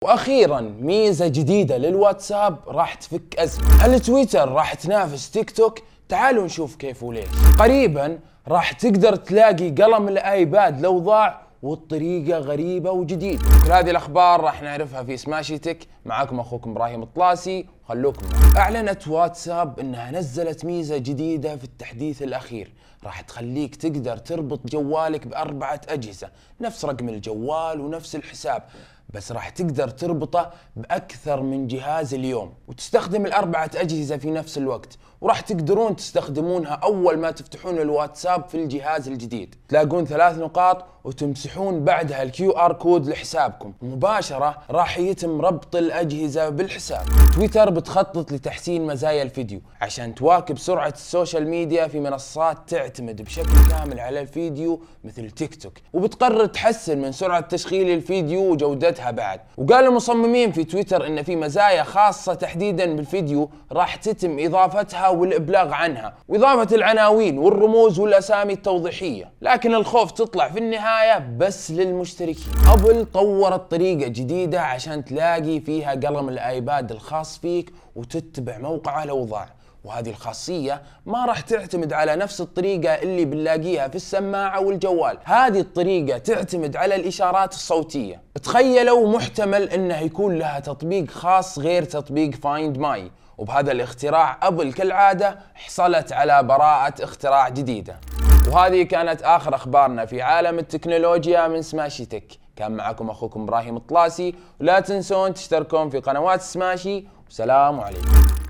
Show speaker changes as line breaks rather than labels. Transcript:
واخيرا ميزة جديدة للواتساب راح تفك ازمة. هل تويتر راح تنافس تيك توك؟ تعالوا نشوف كيف وليش. قريبا راح تقدر تلاقي قلم الايباد لو ضاع، والطريقة غريبة وجديدة. كل هذه الاخبار راح نعرفها في سماشي تك. معكم اخوكم ابراهيم الطلاسي، خلوكم معي. اعلنت واتساب انها نزلت ميزة جديدة في التحديث الاخير راح تخليك تقدر تربط جوالك بأربعة أجهزة، نفس رقم الجوال ونفس الحساب، بس راح تقدر تربطه بأكثر من جهاز اليوم وتستخدم الأربعة أجهزة في نفس الوقت، وراح تقدرون تستخدمونها أول ما تفتحون الواتساب في الجهاز الجديد. تلاقون 3 نقاط وتمسحون بعدها الكيو ار كود لحسابكم، مباشرة راح يتم ربط الأجهزة بالحساب. تويتر بتخطط لتحسين مزايا الفيديو عشان تواكب سرعة السوشيال ميديا في منصات تعتمد بشكل كامل على الفيديو مثل تيك توك، وبتقرر تحسن من سرعة تشغيل الفيديو وجودتها بعد. وقال المصممين في تويتر ان في مزايا خاصة تحديدا بالفيديو راح تتم اضافتها والابلاغ عنها، واضافة العناوين والرموز والاسامي التوضيحية، لكن الخوف تطلع في النهاية بس للمشتركين. ابل طورت طريقة جديدة عشان تلاقي فيها قلم الايباد الخاص فيك وتتبع موقعه لو ضاع، وهذه الخاصية ما راح تعتمد على نفس الطريقة اللي بنلاقيها في السماعة والجوال. هذه الطريقة تعتمد على الإشارات الصوتية. تخيلوا محتمل انه يكون لها تطبيق خاص غير تطبيق فايند ماي، وبهذا الاختراع ابل كالعادة حصلت على براءة اختراع جديدة. وهذه كانت آخر أخبارنا في عالم التكنولوجيا من سماشي تك. كان معكم أخوكم إبراهيم الطلاسي، ولا تنسون تشتركون في قنوات سماشي، وسلام عليكم.